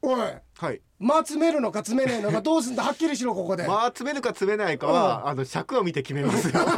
おい、 はい、 詰めるのか詰めねえのかどうすんだはっきりしろここで。 詰めるか詰めないかは、尺を見て決めますよ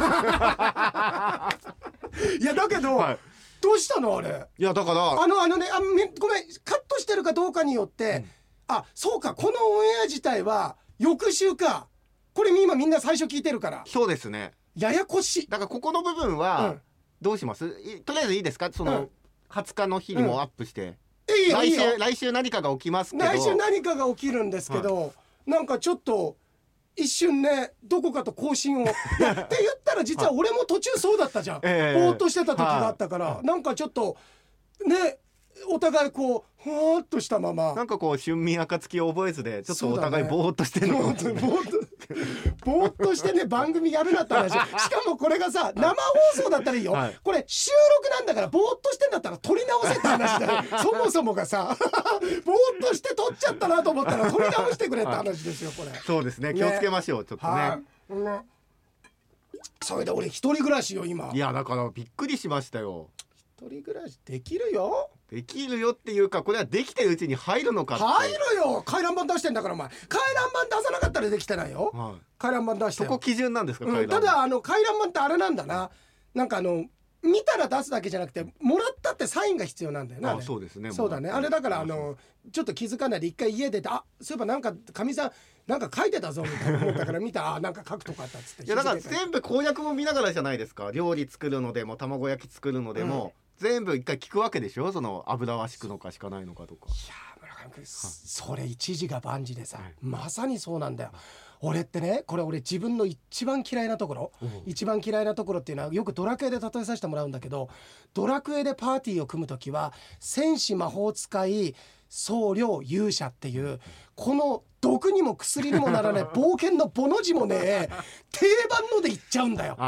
いやだけど、 はい、 どうしたのあれ。 いやだからごめんカットしてるかどうかによって、そうかこのオンエア自体は翌週か。これ今みんな最初聞いてるから。 そうですね。 ややこしい。 だからここの部分はどうします、とりあえずいいですか、その20日の日にもアップして、来週何かが起きますけど、 来週何かが起きるんですけど、なんかちょっと一瞬ねどこかと更新をって言ったら実は俺も途中そうだったじゃん、ぼーっとしてた時があったから、なんかちょっとねお互いこうふわっとしたまま、 なんかこう春眠暁を覚えずでちょっとお互いぼーっとしてるの、 ぼーっとしてね番組やるなって話。しかもこれがさ生放送だったらいいよ、これ収録なんだからぼーっとしてんだったら撮り直せって話だよそもそもがさぼーっとして撮っちゃったなと思ったら撮り直してくれって話ですよこれ。 そうですね、気をつけましょう、ちょっとね。 それで俺一人暮らしよ今。 いやだからびっくりしましたよ。 一人暮らしできるよ。 できるよっていうか、これはできてるうちに入るのかって。 入るよ、回覧板出してんだからお前。回覧板出さなかったらできてないよ、回覧板出してそこ基準なんですか、回覧板。 ただ回覧板ってあれなんだな、なんか見たら出すだけじゃなくてもらったってサインが必要なんだよな。 そうですね。 そうだね、あれだからちょっと気づかないで一回家出て、そういえばなんかかみさんなんか書いてたぞみたいな思ったから見たなんか書くとかあったっつって。 いやだから全部攻略も見ながらじゃないですか。料理作るのでも卵焼き作るのでも、全部一回聞くわけでしょ。その油は敷くのか敷かないのかとか。いや村上君、それ一時が万事でさ、まさにそうなんだよ。俺ってね、これ俺自分の一番嫌いなところ、一番嫌いなところっていうのはよくドラクエで例えさせてもらうんだけど、ドラクエでパーティーを組むときは戦士魔法使い僧侶勇者っていうこの毒にも薬にもならない冒険のボの字もね定番のでいっちゃうんだよ。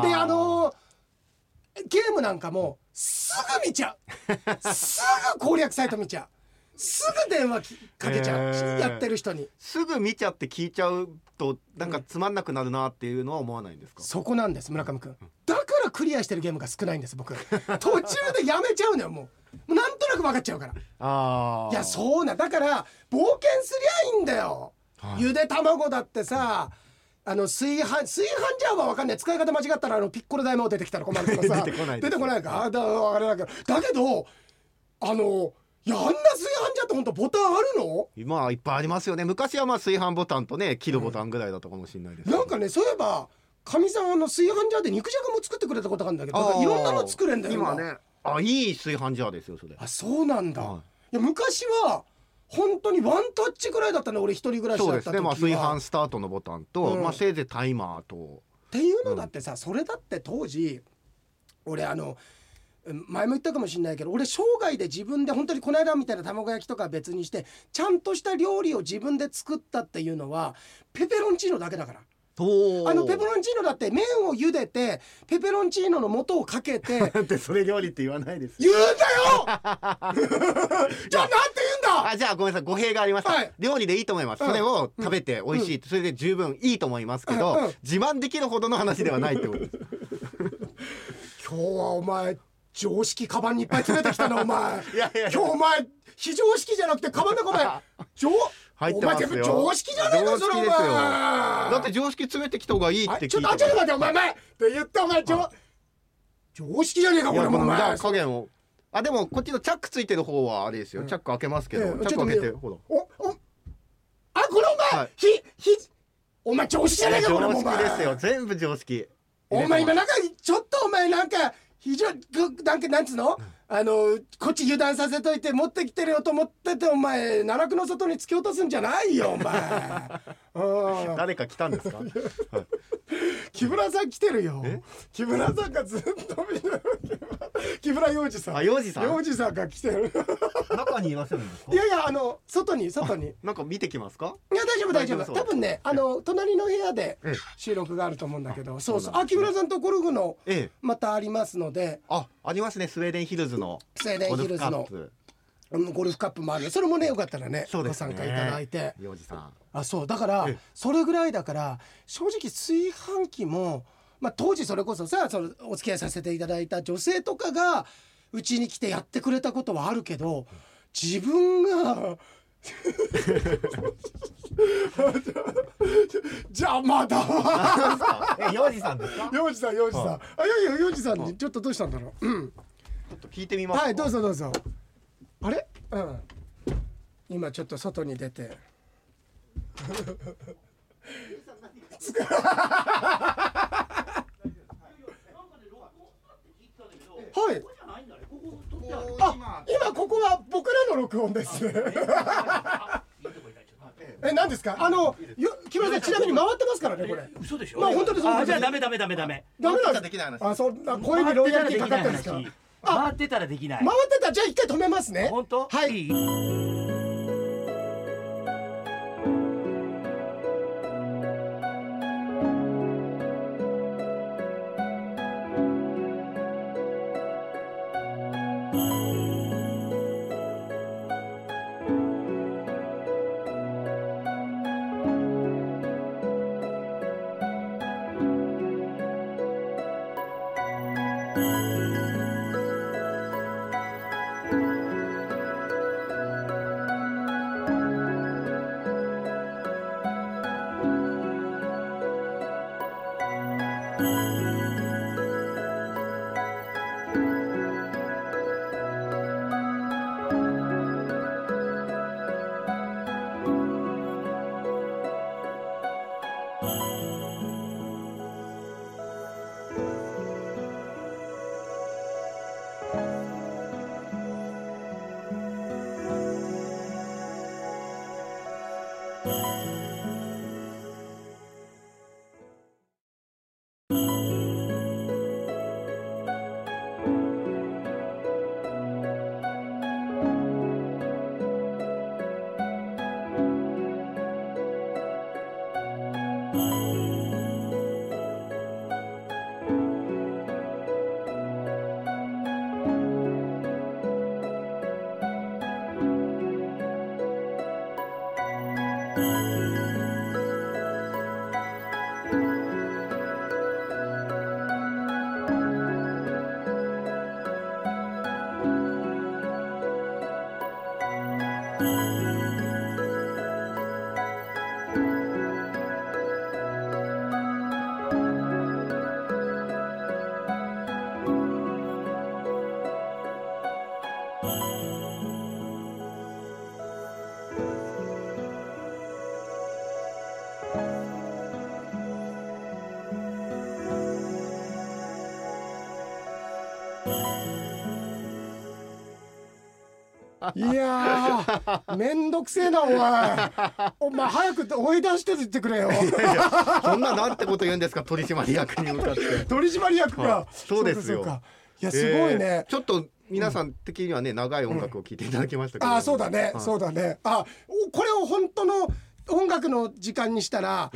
でゲームなんかもすぐ見ちゃうすぐ攻略サイト見ちゃう、すぐ電話かけちゃう、やってる人にすぐ見ちゃって聞いちゃうとなんかつまんなくなるなっていうのは思わないんですか。 そこなんです村上くん、だからクリアしてるゲームが少ないんです僕。途中でやめちゃうのよ、もうなんとなく分かっちゃうから。いやそうな、だから冒険すりゃいいんだよ、ゆで卵だってさ、炊飯ジャーは分かんない、使い方間違ったらピッコロ大魔王出てきたら困るとかさ出てこないか、あれだけど、だけどあんな炊飯ジャーって本当ボタンあるの？ 今いっぱいありますよね。昔は炊飯ボタンとね切るボタンぐらいだったかもしれないです、 なんかね、そういえばかみさん炊飯ジャーで肉じゃがも作ってくれたことがあるんだけど、いろんなの作れんだよ今ね。いい炊飯ジャーですよそれ。 そうなんだ、いや昔は本当にワンタッチくらいだったね、俺一人暮らしだった時は。 そうですね、炊飯スタートのボタンと、せいぜいタイマーとっていうのだってさ、それだって当時俺前も言ったかもしれないけど、俺生涯で自分で本当にこの間みたいな卵焼きとか別にしてちゃんとした料理を自分で作ったっていうのはペペロンチーノだけだから。ペペロンチーノだって麺を茹でてペペロンチーノの素をかけてってそれ料理って言わないです。 言うんだよじゃあなんて言うんだ。 じゃあごめんなさい、語弊がありました、料理でいいと思います、それを食べて美味しいって、それで十分いいと思いますけど、自慢できるほどの話ではないってことです。 今日はお前常識カバンにいっぱい詰めてきたなお前。今日お前非常識じゃなくてカバンの中お前入ってますよ。 お前常識じゃねえかそれお前。 だって常識詰めてきた方がいいって聞いて。 ちょっと待ってお前って言ったお前常識じゃねえかこれもお前。 加減をでもこっちのチャックついてる方はあれですよ、チャック開けますけど、チャック開けてほら。 これお前お前常識じゃねえかこれもお前。 常識ですよ、全部常識。 お前今なんかちょっとお前なんか非常なんかなんつうの、こっち油断させといて持ってきてるよと思ってて、お前奈落の外に突き落とすんじゃないよお前。 誰か来たんですか？ 木村さん来てるよ。木村さんがずっと見てる。木村洋二さん。 洋二さんが来てる。 中にいらっしゃるんですか？ いや外になんか見てきますか？ いや大丈夫多分ね、隣の部屋で収録があると思うんだけど、そう木村さんとゴルフのまたありますので、 ありますね、スウェーデンヒルズのゴルフカップもある。それもねよかったらねご参加いただいて。 洋二さんそうだからそれぐらいだから、正直炊飯器も当時それこそさ、お付き合いさせていただいた女性とかがうちに来てやってくれたことはあるけど、自分がじゃあまだ洋二さんですか？ 洋二さん、いやいや洋二さんにちょっとどうしたんだろう。 ちょっと聞いてみますか。 はい、どうぞどうぞ。あれ、今ちょっと外に出てはい。今ここは僕らの録音ですね。何ですか？木村さん、ちなみに回ってますからね、これ。 嘘でしょ？ まあ本当です。 じゃあダメ。 ダメなんできない話。 あ、そんな声にロイヤリティかかってるんですか？ 回ってたらできない。 回ってたらじゃあ一回止めますね。 本当？ はい。いやー、めんどくせえなお前早く追い出してってくれよ。 そんななんてこと言うんですか、取締役に向かって。 取締役か。 そうですよ。 いや、すごいね。 ちょっと皆さん的にはね、長い音楽を聴いていただきましたけど。 あ、そうだね、そうだね。これを本当の音楽の時間にしたら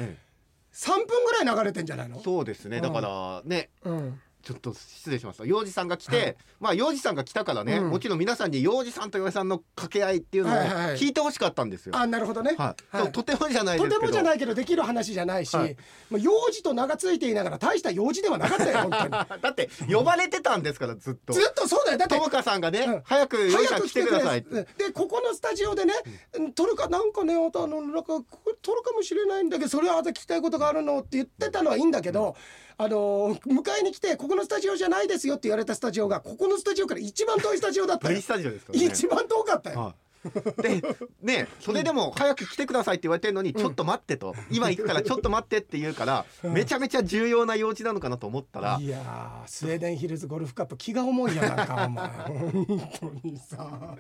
3分ぐらい流れてんじゃないの？ そうですね。だからね、ちょっと失礼しました。洋二さんが来て、まあ洋二さんが来たからね、もちろん皆さんに洋二さんと岩井さんの掛け合いっていうのを聞いてほしかったんですよ。 あ、なるほどね。 とてもじゃないですけど。 とてもじゃないけどできる話じゃないし、幼児と名がついていながら大した幼児ではなかったよ本当に。 だって呼ばれてたんですからずっと。 ずっとそうだよ。だって友香さんがね、早く洋二さん来てくださいって。 でここのスタジオでね、撮るかなんかね、なんか撮るかもしれないんだけど、それはまた聞きたいことがあるのって言ってたのはいいんだけど。迎えに来て、ここのスタジオじゃないですよって言われたスタジオがここのスタジオから一番遠いスタジオだったよ。 スタジオですからね。 一番遠かったよ。 でね、それでも早く来てくださいって言われてるのに、ちょっと待ってと、今行くからちょっと待ってって言うから、めちゃめちゃ重要な用事なのかなと思ったら、 いやー、スウェーデンヒルズゴルフカップ気が重いよなんかお前本当にさ。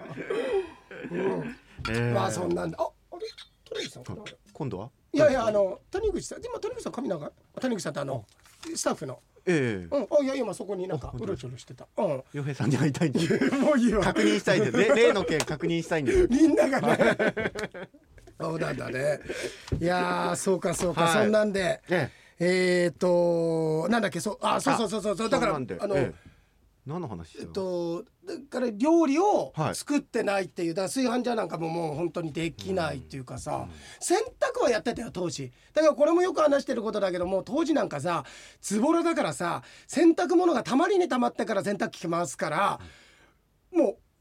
まあそんなんで、あれ谷口さんかな。 今度は？ いやいや、谷口さん、今谷口さん髪長い。谷口さんってスタッフの。いや今そこになんかうろちょろしてた。 洋平さんに会いたいんで。 もういいよ。 確認したいんで、例の件確認したいんで。 みんながね。そうなんだね。いやー、そうかそうか、そんなんで、なんだっけ、そうだから何の話？ だから料理を作ってないっていう、だから炊飯ジャーなんかもう本当にできないっていうかさ、洗濯はやってたよ当時。だからこれもよく話してることだけども、当時なんかさ、ズボラだからさ、洗濯物がたまりにたまってから洗濯機回すから、もう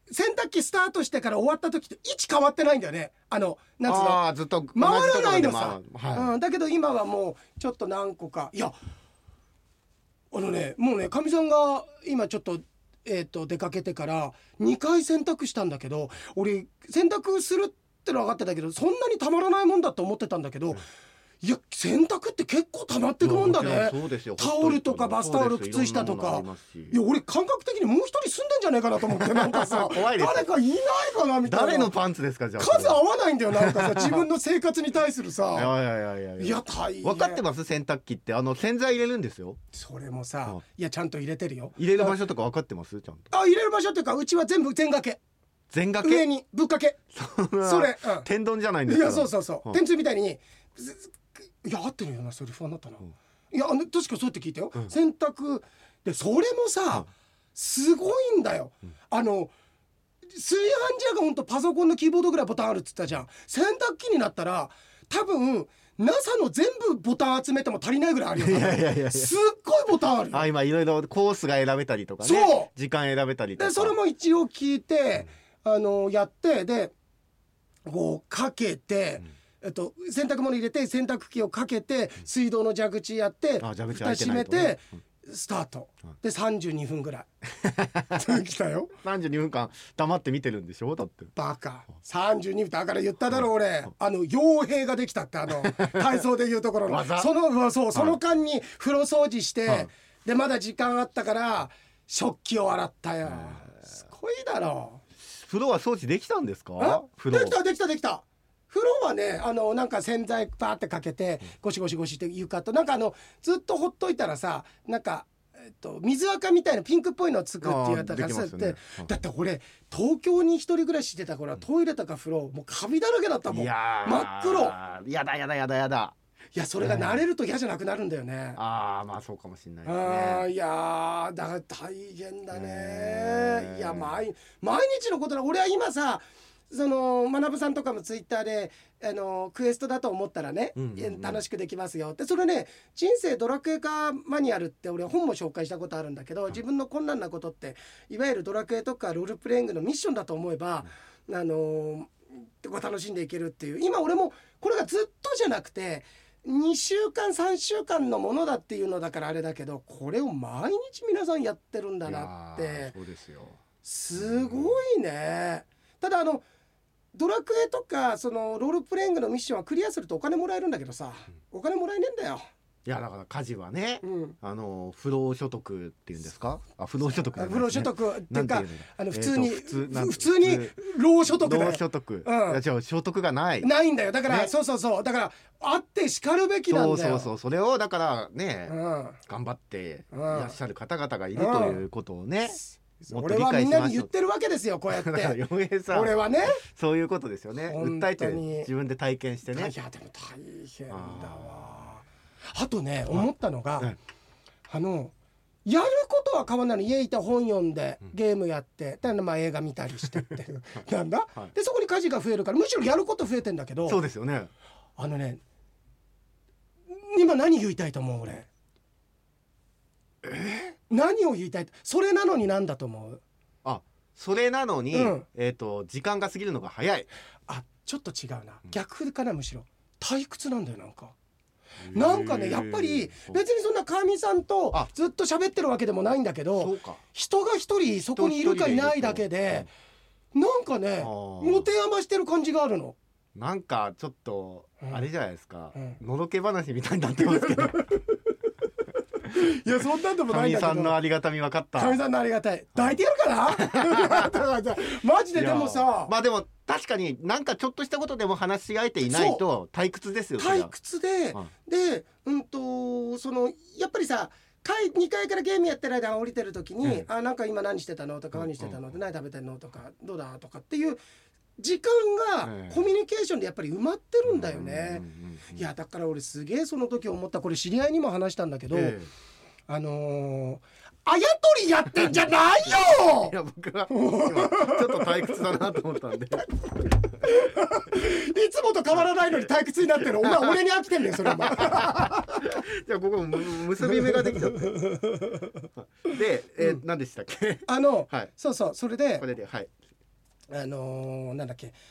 洗濯機スタートしてから終わった時って位置変わってないんだよね。なんつうのずっと回らないのさ、 はい、 だけど今はもうちょっと何個か、いやもうねかみさんが今ちょっと出かけてから2回洗濯したんだけど、俺洗濯するってのは分かってたけどそんなにたまらないもんだと思ってたんだけど、いや洗濯って結構溜まってくもんだね。タオルとかバスタオル靴下とか、いや俺感覚的にもう一人住んでんじゃないかなと思って、なんかさ誰かいないかなみたいな。 誰のパンツですかじゃあ。 数合わないんだよなんかさ自分の生活に対するさいや大変。分かってます？洗濯機って洗剤入れるんですよ。それもさ、いやちゃんと入れてるよ。 入れる場所とか分かってます？ちゃんと入れる場所っていうか、うちは全部全掛け。 全掛け？ 上にぶっかけ。それ、 天丼じゃないんですか。 いやそう天つゆみたいに、いや合ってるよな、それ不安だったな、いや確かそうやって聞いたよ、洗濯で。それもさ、すごいんだよ、炊飯ジャーがほんとパソコンのキーボードぐらいボタンあるっつったじゃん。洗濯機になったら多分 NASA の全部ボタン集めても足りないぐらいあるよ。すっごいボタンあるよ。 今いろいろコースが選べたりとかね、 そう時間選べたりとかで、それも一応聞いて、やってでこうかけて、洗濯物入れて洗濯機をかけて、水道の蛇口やって蓋閉めてスタートで32分ぐらい来たよ。 32分間黙って見てるんでしょ。だってバカ32分だから言っただろ俺、傭兵ができたって体操でいうところのその間に風呂掃除して、でまだ時間あったから食器を洗ったよ。すごいだろ。 風呂は掃除できたんですか？ できた。風呂はねなんか洗剤パーってかけてゴシゴシって床となんかずっとほっといたらさ、なんか水垢みたいなピンクっぽいのつくって言われたからさ、だって俺東京に一人暮らししてた頃はトイレとか風呂もうカビだらけだったもん。真っ黒。やだ。 いやそれが慣れると嫌じゃなくなるんだよね。 まあそうかもしれないですね。 いやだから大変だね。いや毎日のことだ。俺は今さ学さんとかもツイッターでクエストだと思ったらね、楽しくできますよって。それね、人生ドラクエ化マニュアルって俺本も紹介したことあるんだけど、自分の困難なことっていわゆるドラクエとかロールプレイングのミッションだと思えば、楽しんでいけるっていう。今俺もこれがずっとじゃなくて2週間3週間のものだっていうのだからあれだけど、これを毎日皆さんやってるんだなって。 そうですよ。 すごいね。ただドラクエとかそのロールプレイングのミッションはクリアするとお金もらえるんだけどさ、お金もらえねえんだよ。 いやだから家事はね、不労所得っていうんですか。不労所得、 不労所得っていうか普通に労所得だよ。 労所得。じゃあ所得がないんだよ。だからそうだからあってしかるべきなんだよ。 それをだからね、頑張っていらっしゃる方々がいるということをね、 俺はみんなに言ってるわけですよ、こうやって。 洋平さん、 俺はねそういうことですよね。訴えて自分で体験してね。 いやでも大変だわ。あとね思ったのが、やることは変わらないの。家いて本読んでゲームやって、映画見たりしてっていうなんだ、でそこに家事が増えるからむしろやること増えてんだけど。 そうですよね。 今何言いたいと思う俺。何を言いたい。それなのになんだと思う？ それなのに、時間が過ぎるのが早い。 ちょっと違うな、逆かな。むしろ退屈なんだよ。なんかねやっぱり別にそんなかみさんとずっと喋ってるわけでもないんだけど、人が一人そこにいるかいないだけでなんかね持て余してる感じがあるの。 なんかちょっとあれじゃないですか、のろけ話みたいになってますけどいやそんなんでもないんだけど、 かみさんのありがたみ分かった。 かみさんのありがたい抱いてやるかなマジで。でもさでも確かになんかちょっとしたことでも話し合えていないと退屈ですよ。 退屈で、やっぱりさ2階からゲームやってる間降りてる時に、なんか今何してたのとか何してたのって何食べてんのとかどうだとかっていう時間がコミュニケーションでやっぱり埋まってるんだよね。いやだから俺すげえその時思った。これ知り合いにも話したんだけど、あやとりやってんじゃないよ。 いや僕は今ちょっと退屈だなと思ったんでいつもと変わらないのに退屈になってる。お前俺に飽きてんねんそれ。じゃあここ結び目ができちゃってで、何でしたっけ。 そうそれでこれでなんだっけ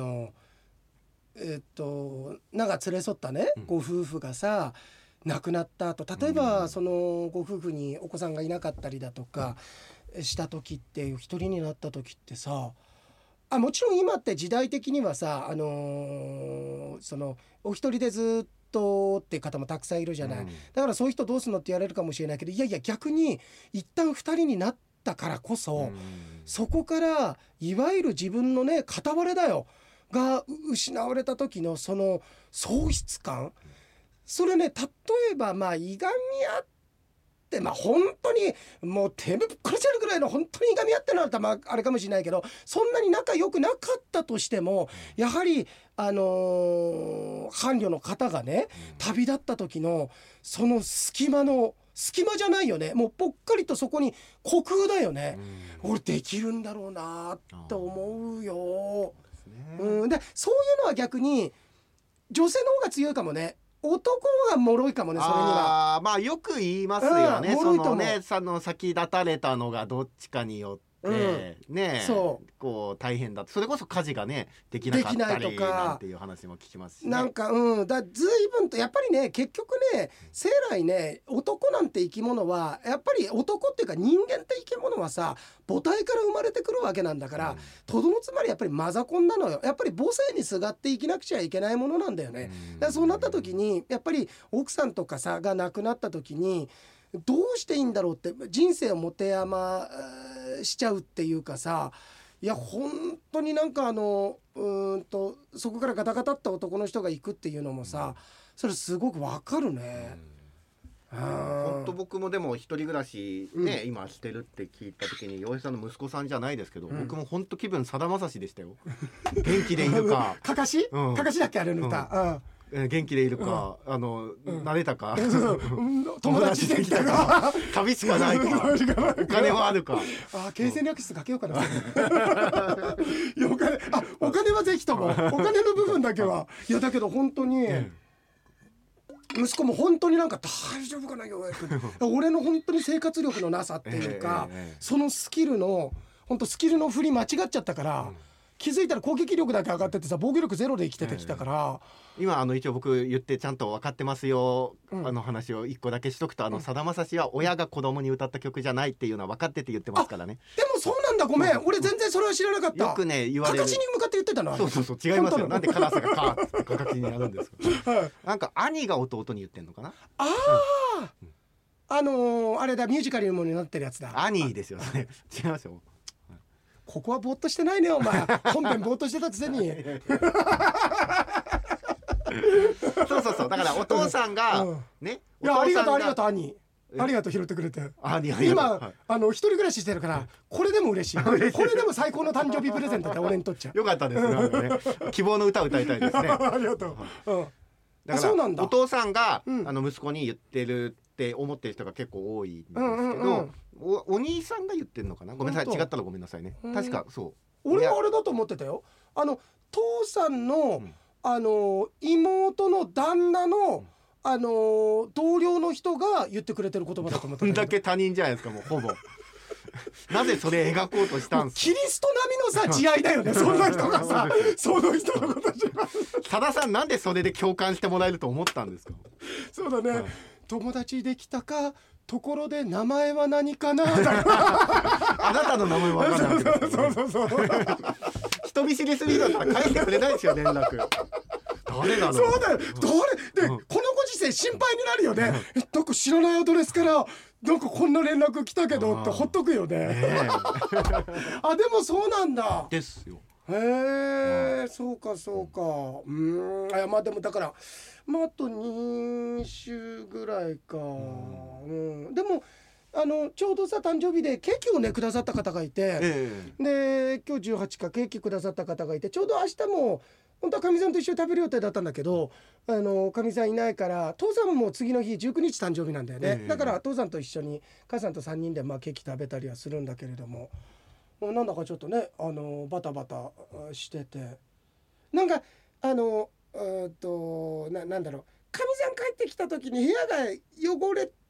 長連れ添ったね、ご夫婦がさ亡くなった後、例えばそのご夫婦にお子さんがいなかったりだとかした時って、一人になった時ってさ、もちろん今って時代的にはさ、そのお一人でずっとっていう方もたくさんいるじゃない、だからそういう人どうすんのって言われるかもしれないけど、いやいや逆に一旦二人になったからこそ、そこからいわゆる自分のね片割れだよが失われた時のその喪失感、それね、例えばいがみ合って本当にもうてめえぶっ殺せるぐらいの本当にいがみ合ってのはあれかもしれないけど、そんなに仲良くなかったとしても、やはり伴侶の方がね旅立った時のその隙間じゃないよね、もうぽっかりとそこに虚空だよね、俺できるんだろうなと思うよ。でそういうのは逆に女性の方が強いかもね、男が脆いかもね、それには。 よく言いますよね、そのね先立たれたのがどっちかによってね、こう大変だ、それこそ家事がねできなかったりなんていう話も聞きますし、ね、 なんかだ随分とやっぱりね、結局ね生来ね男なんて生き物はやっぱり男っていうか人間って生き物はさ母体から生まれてくるわけなんだから、とどのつまりやっぱりマザコンなのよ。やっぱり母性にすがって生きなくちゃいけないものなんだよね。だからそうなった時にやっぱり奥さんとかさが亡くなった時にどうしていいんだろうって、人生を持て余しちゃうっていうかさ、いや本当になんかそこからガタガタった男の人が行くっていうのもさ、それすごくわかるね。 本当僕もでも一人暮らしね、今してるって聞いた時に洋平さんの息子さんじゃないですけど、僕も本当気分さだまさしでしたよ。元気でいるかかかしだっけあれの歌、 元気でいるか、慣れたか、 友達できたか、 旅しかないか、お金はあるか。 経線略室かけようかな。お金はぜひとも、お金の部分だけは。いやだけど本当に息子も本当になんか大丈夫かなよ俺の本当に生活力のなさっていうか、そのスキルの振り間違っちゃったから、気づいたら攻撃力だけ上がっててさ、防御力ゼロで生きててきたから、 今一応僕言ってちゃんと分かってますよ、話を一個だけしとくと、さだまさしは親が子供に歌った曲じゃないっていうのは分かってて言ってますからね。 でもそうなんだ、ごめん、俺全然それは知らなかった。 よくね言われる、 かかしに向かって言ってたの。 そう違いますよ。なんで辛さがカーってかかしにやるんですか。なんか兄が弟に言ってんのかな。 あれだ、ミュージカルになってるやつだ。 兄ですよね。違いますよ。 ここはぼーっとしてないねお前。本編ぼーっとしてたくせに。 そうだからお父さんがね、 いやありがとう兄、ありがとう拾ってくれて。今一人暮らししてるからこれでも嬉しい。これでも最高の誕生日プレゼントだ俺にとっちゃ。 よかったですね。希望の歌歌いたいですね。 ありがとう。 だからお父さんが息子に言ってるって思ってる人が結構多いんですけど、お兄さんが言ってるのかな。ごめんなさい、違ったらごめんなさいね。確かそう。 俺はあれだと思ってたよ。父さんの妹の旦那の同僚の人が言ってくれてる言葉だと思ってた。 どんだけ他人じゃないですか、もうほぼ。なぜそれ描こうとしたんですか。 キリスト並みのさ慈愛だよね。そんな人がさその人のこと知らない。 さださんなんでそれで共感してもらえると思ったんですか。 そうだね、友達できたか、ところで名前は何かな。 あなたの名前は分かんないわけですからね。そう人見知りすぎだったら返してくれないですよ連絡。誰なの。 そうだよ、誰で、このご時世心配になるよね。なんか知らないアドレスからなんかこんな連絡来たけどってほっとくよね。でもそうなんだですよ。 へえ、そうか。いやでもだからあと2週ぐらいか。でもちょうどさ誕生日でケーキをねくださった方がいて、で今日18かケーキくださった方がいて、ちょうど明日も本当はかみさんと一緒に食べる予定だったんだけど、かみさんいないから父さんも次の日19日誕生日なんだよね。だから父さんと一緒に母さんと3人でケーキ食べたりはするんだけれども、なんだかちょっとねバタバタしてて、なんかなんだろう、かみさん帰ってきた時に部屋が汚れ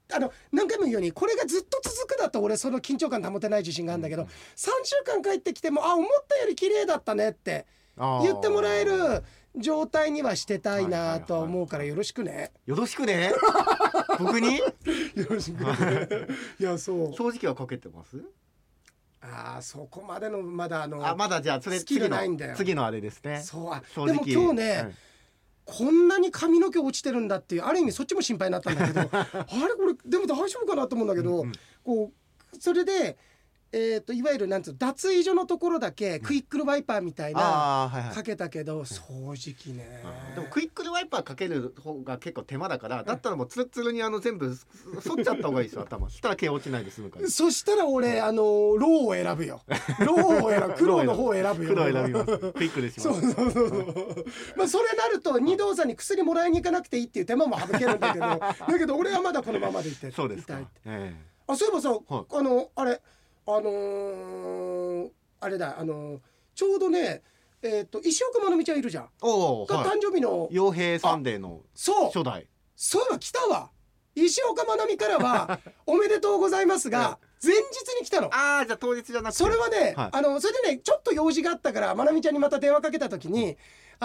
何回も言うようにこれがずっと続くだと俺その緊張感保てない自信があるんだけど、3週間帰ってきても思ったより綺麗だったねって言ってもらえる状態にはしてたいなとは思うからよろしくね。 よろしくね僕によろしくねいやそう正直はかけてます。 そこまでのまだまだじゃあそれ次のあれですね。 そうでも今日ね、こんなに髪の毛落ちてるんだっていうある意味そっちも心配になったんだけどあれこれでも大丈夫かなと思うんだけど、こうそれでいわゆるなんつう脱衣所のところだけクイックルワイパーみたいなかけたけど、掃除機ね。 でもクイックルワイパーかける方が結構手間だから、だったらもうツルツルに全部剃っちゃった方がいいですよ頭。そしたら毛落ちないで済むから。そしたら俺ローを選ぶよ。ローを選ぶ、黒の方を選ぶよ。 黒選びます。クイックルします。そうそれなると二堂さんに薬もらいに行かなくていいっていう手間も省けるんだけどだけど俺はまだこのままでいて。 そうですか。 そういえばさ、あれあれだちょうどね石岡まなみちゃんいるじゃんが誕生日の傭兵サンデーの初代。 そういえば来たわ。石岡まなみからはおめでとうございますが前日に来たの。 じゃあ当日じゃなくてそれはね、それでねちょっと用事があったからまなみちゃんにまた電話かけた時に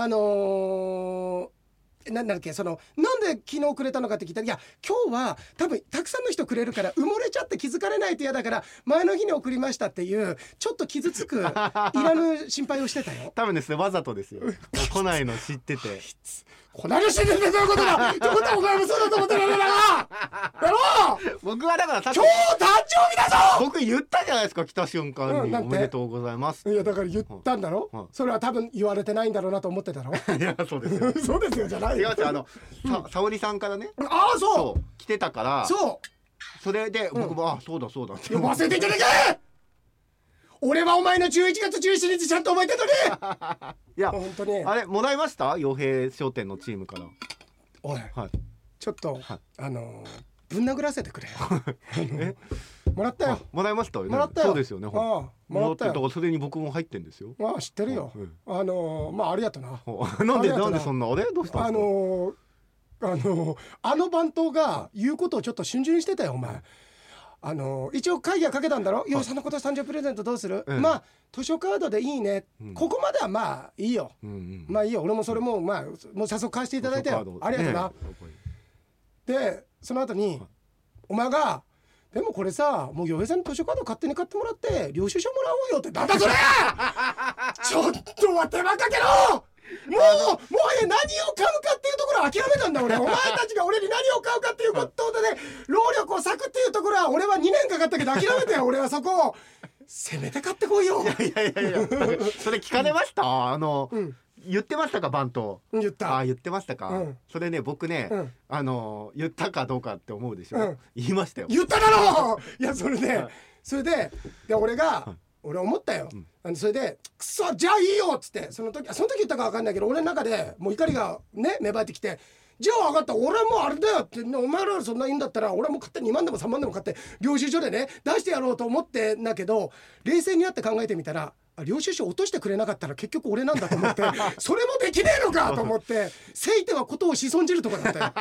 なんだっけなんで昨日くれたのかって聞いたら、いや今日は多分たくさんの人くれるから埋もれちゃって気づかれないと嫌だから前の日に送りましたっていうちょっと傷つくいらぬ心配をしてたよ。 多分ですねわざとですよ来ないの知ってて来ないの知っててどういうことだってことはお前もそうだと思ってられながやろう僕はだから今日誕生日だぞ僕言ったじゃないですか来た瞬間におめでとうございます。 いやだから言ったんだろ、それは多分言われてないんだろうなと思ってたろ。 いやそうですよそうですよじゃないよ。 違う沙織さんからねそう来てたからそれで僕もそうだって忘れていただけ俺はお前の11月17日ちゃんと覚えてたねいや本当にあれもらいました傭兵商店のチームから。 おい、ちょっとぶん殴らせてくれもらったよ。 もらいましたよね。 もらったよ。 そうですよね。 もらったよ。 だからそれに僕も入ってんですよ。 知ってるよ。ありがとな。 なんでそんなあれどうしたんですか。 あの番頭が言うことをちょっと瞬時にしてたよお前。一応会議はかけたんだろ。よさんのこと誕生日プレゼントどうする？まあ図書カードでいいね。ここまではまあいいよ。まあいいよ。俺もそれももう早速返していただいてよ。ありがとうな。でその後にお前がでもこれさもう嫁さんに図書カード勝手に買ってもらって領収書もらおうよって。なんだそれちょっとは手間かけろ。もはや何を買うかっていうところは諦めたんだ俺。お前たちが俺に何を買うかっていうことでね労力を割くっていうところは俺は2年かかったけど諦めたよ。俺はそこをせめて買ってこいよ。 いやそれ聞かれました言ってましたか番頭。 言った言ってましたか。それね僕ね言ったかどうかって思うでしょ。言いましたよ。 言っただろう。いやそれで俺思ったよ。それでくそじゃあいいよっつってその時言ったか分かんないけど俺の中でもう怒りがね芽生えてきて、じゃあ分かった俺もあれだよってお前らそんな言うんだったら俺も勝手に2万でも3万でも買って領収書でね出してやろうと思ってんだけど、冷静になって考えてみたら領収書落としてくれなかったら結局俺なんだと思ってそれもできねえのかと思ってせいてはことをしそんじるとこだったよ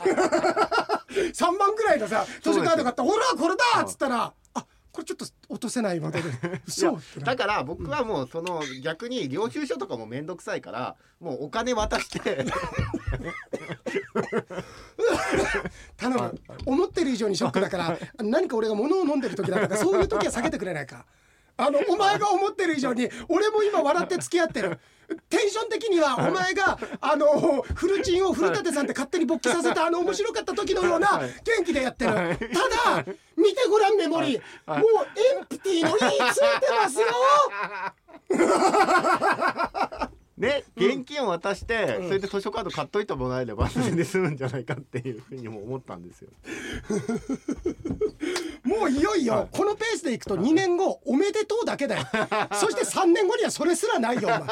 3万ぐらいのさ図書カード買ったほらこれだっつったらこれちょっと落とせないまで嘘だから僕はもう逆に領収書とかもめんどくさいからもうお金渡して頼む。思ってる以上にショックだから何か俺が物を飲んでる時だとかそういう時は避けてくれないか。お前が思ってる以上に俺も今笑って付き合ってる。テンション的にはお前がフルチンを古舘さんって勝手に勃起させた面白かった時のような元気でやってる。ただ見てごらんメモリー、もうエンプティーの「い」ついてますよね、現金を渡して、それで図書カード買っといてもらえれば全然済むんじゃないかっていうふうにも思ったんですよもういよいよこのペースでいくと2年後おめでとうだけだよそして3年後にはそれすらないよお前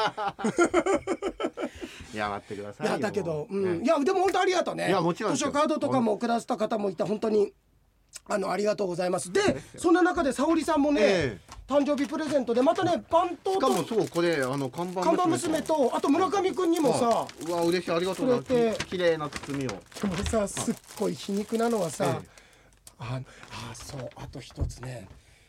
いや待ってくださいよ。 いやだけど、いやでも本当ありがとうね。 いやもちろん図書カードとかもくださった方もいた。本当にありがとうございます。でそんな中で沙織さんもね、誕生日プレゼントでまたね番頭としかもそうこれ看板娘とあと村上くんにもさ、 うわ嬉しいありがとうございます。綺麗な包みを。 でもさすっごい皮肉なのはさ、 そうあと一つね、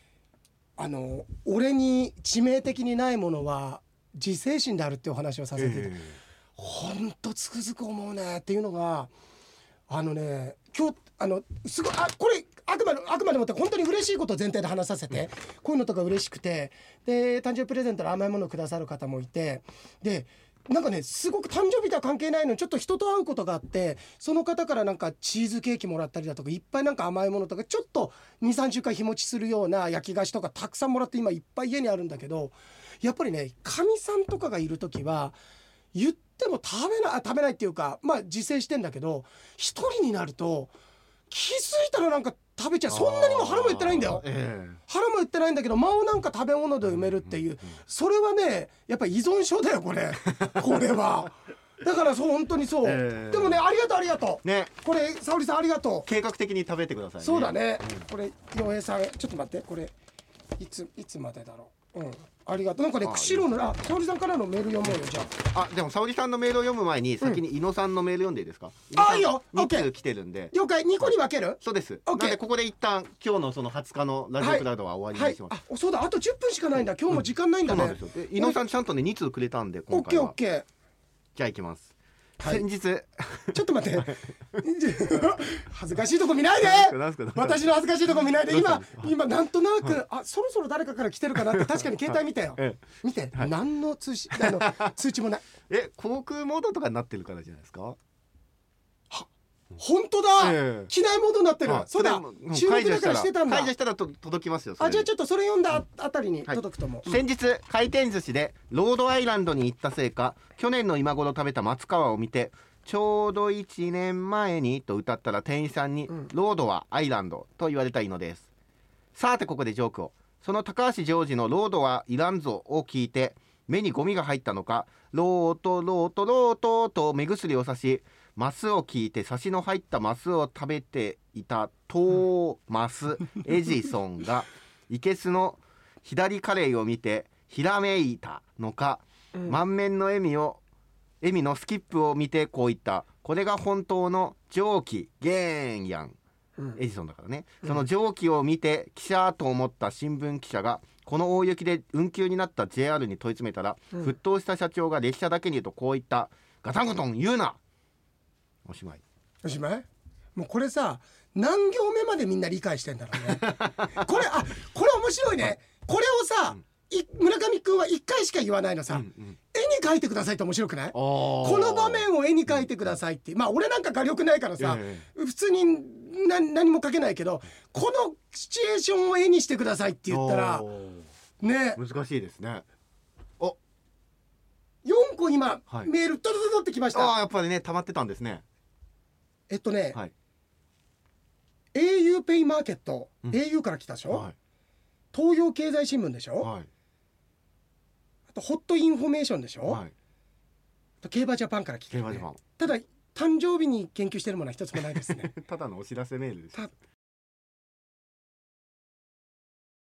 俺に致命的にないものは自制心であるっていうお話をさせていただいて、ほんとつくづく思うねっていうのが今日すごいこれあくまでもって本当に嬉しいことを前提で話させて、こういうのとか嬉しくて、で誕生日プレゼントで甘いものをくださる方もいて、でなんかねすごく誕生日とは関係ないのにちょっと人と会うことがあって、その方からなんかチーズケーキもらったりだとか、いっぱいなんか甘いものとかちょっと 2,3 週間日持ちするような焼き菓子とかたくさんもらって今いっぱい家にあるんだけど、やっぱりねかみさんとかがいる時は言っても食べないっていうか、まあ自制してんだけど、一人になると気づいたらなんか食べちゃう。そんなにも腹も減ってないんだよ、腹も減ってないんだけど間をなんか食べ物で埋めるっていう、それはねやっぱり依存症だよこれはだからそう本当にそう、でもねありがとうね、これ沙織さんありがとう。 計画的に食べてくださいね。 そうだね、これ洋平さんちょっと待って、これいつまでだろう。ありがとう。なんかね釧路の沙織さんからのメール読もうよ。じゃあでも沙織さんのメールを読む前に先に伊野さんのメール読んでいいですか。 いいよ。 2通来てるんで。 了解。2個に分ける。 そうです。なんでここで一旦今日のその20日のラジオクラウドは終わりにします。 そうだ、あと10分しかないんだ。今日も時間ないんだね。 伊野さんちゃんとね2通くれたんで今回は。 オッケー。 じゃあ行きます。先日ちょっと待って恥ずかしいとこ見ないで私の恥ずかしいとこ見ないで。今なんとなくそろそろ誰かから来てるかなって確かに携帯見たよ。見て、何の通知もない。 航空モードとかになってるからじゃないですか。 本当だ、機内モードになってる。そうだ、収録だからしてたんだ。 解除したら届きますよ。 じゃあちょっとそれ読んだあたりに届くと思う。 先日回転寿司でロードアイランドに行ったせいか、去年の今頃食べた松川を見て、ちょうど1年前にと歌ったら店員さんに、ロードはアイランドと言われたいのです。さてここでジョークを。その高橋ジョージのロードはいらんぞを聞いて、目にゴミが入ったのか、ロートロートロートと目薬をさし、マスを聞いてサシの入ったマスを食べていたトーマス・エジソンがイケスの左カレイを見てひらめいたのか、満面の笑みのスキップを見てこう言った。これが本当の蒸気ゲーンやん、エジソンだからね。その蒸気を見て記者と思った新聞記者がこの大雪で運休になった JR に問い詰めたら、沸騰した社長が列車だけに言うとこう言った。ガタンゴトン言うな。おしまい。 もうこれさ何行目までみんな理解してんだろうねこれ面白いね。これをさ、村上くんは1回しか言わないのさ、絵に描いてくださいって面白くない？この場面を絵に描いてくださいって。まあ俺なんか画力ないからさ、普通に何も描けないけど、このシチュエーションを絵にしてくださいって言ったらね、 難しいですね。 4個今、メールドドドドってきました。 やっぱりね溜まってたんですね。 au ペイマーケット、au から来たでしょ、東洋経済新聞でしょ、あとホットインフォメーションでしょ、あと競馬ジャパンから来てる、ね、ただ誕生日に研究してるものは一つもないですねただのお知らせメールです。